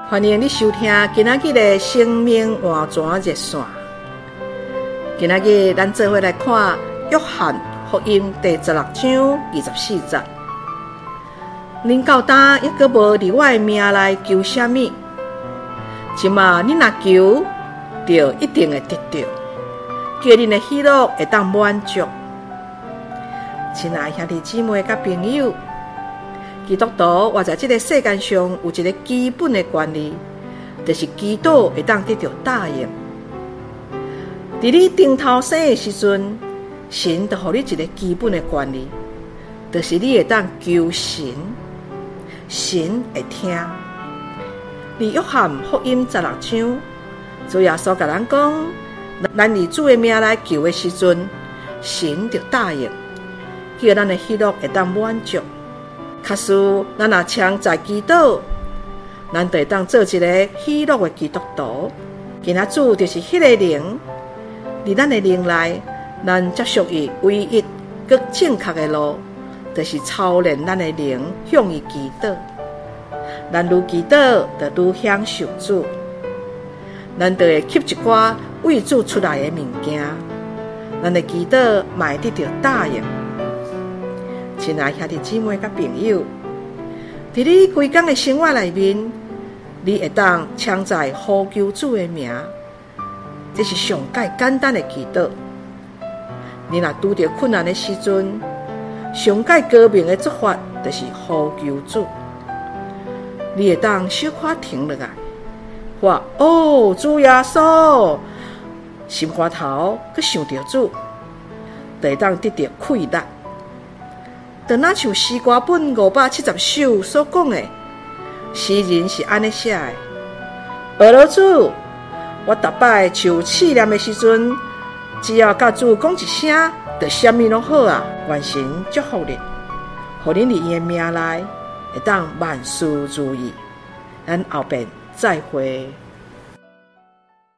欢迎你收听今仔日的生命换泉热线。今仔日咱做伙来看约翰福音第16章24节。恁到今抑阁无伫我的名内求什么？即马恁若求，就一定会得到，叫恁的喜乐会当满足。亲爱兄弟姊妹甲朋友，基督徒活在这个世界上有一个基本的原理，就是祈祷会当得到答应。伫你顶头生的时阵，神就予你一个基本的原理，就是你会当求神，神会听。伫约翰福音16章，主耶稣甲咱讲，咱伫主的名来求的时阵，神就答应，叫咱的喜乐会当满足。假使咱若常在祈祷，咱就会当做一个喜乐的基督徒。今仔主就是迄个灵，伫咱的灵内，咱接受伊唯一佮正确的路，就是操练咱的灵向伊祈祷。咱愈祈祷，就愈享受主。咱就会吸一寡为主出来的物件，咱的祈祷嘛会得到答应。亲爱兄弟姊妹甲朋友，伫你规工的生活内面，你会当常在呼求主的名，这是上界简单的祈祷。你若拄着困难的时阵，上界高明的做法就是呼求主。你会当小可停落来，话哦，主耶稣，心肝头佮想着主，就会当得到快乐。就若像诗歌本570首所讲的，诗人是安尼写的：俄罗主，我逐摆受试炼的时阵，只要甲主讲一声，就什么拢好啊！愿神祝福你，互恁伫伊的名内会当万事如意。咱后边再会。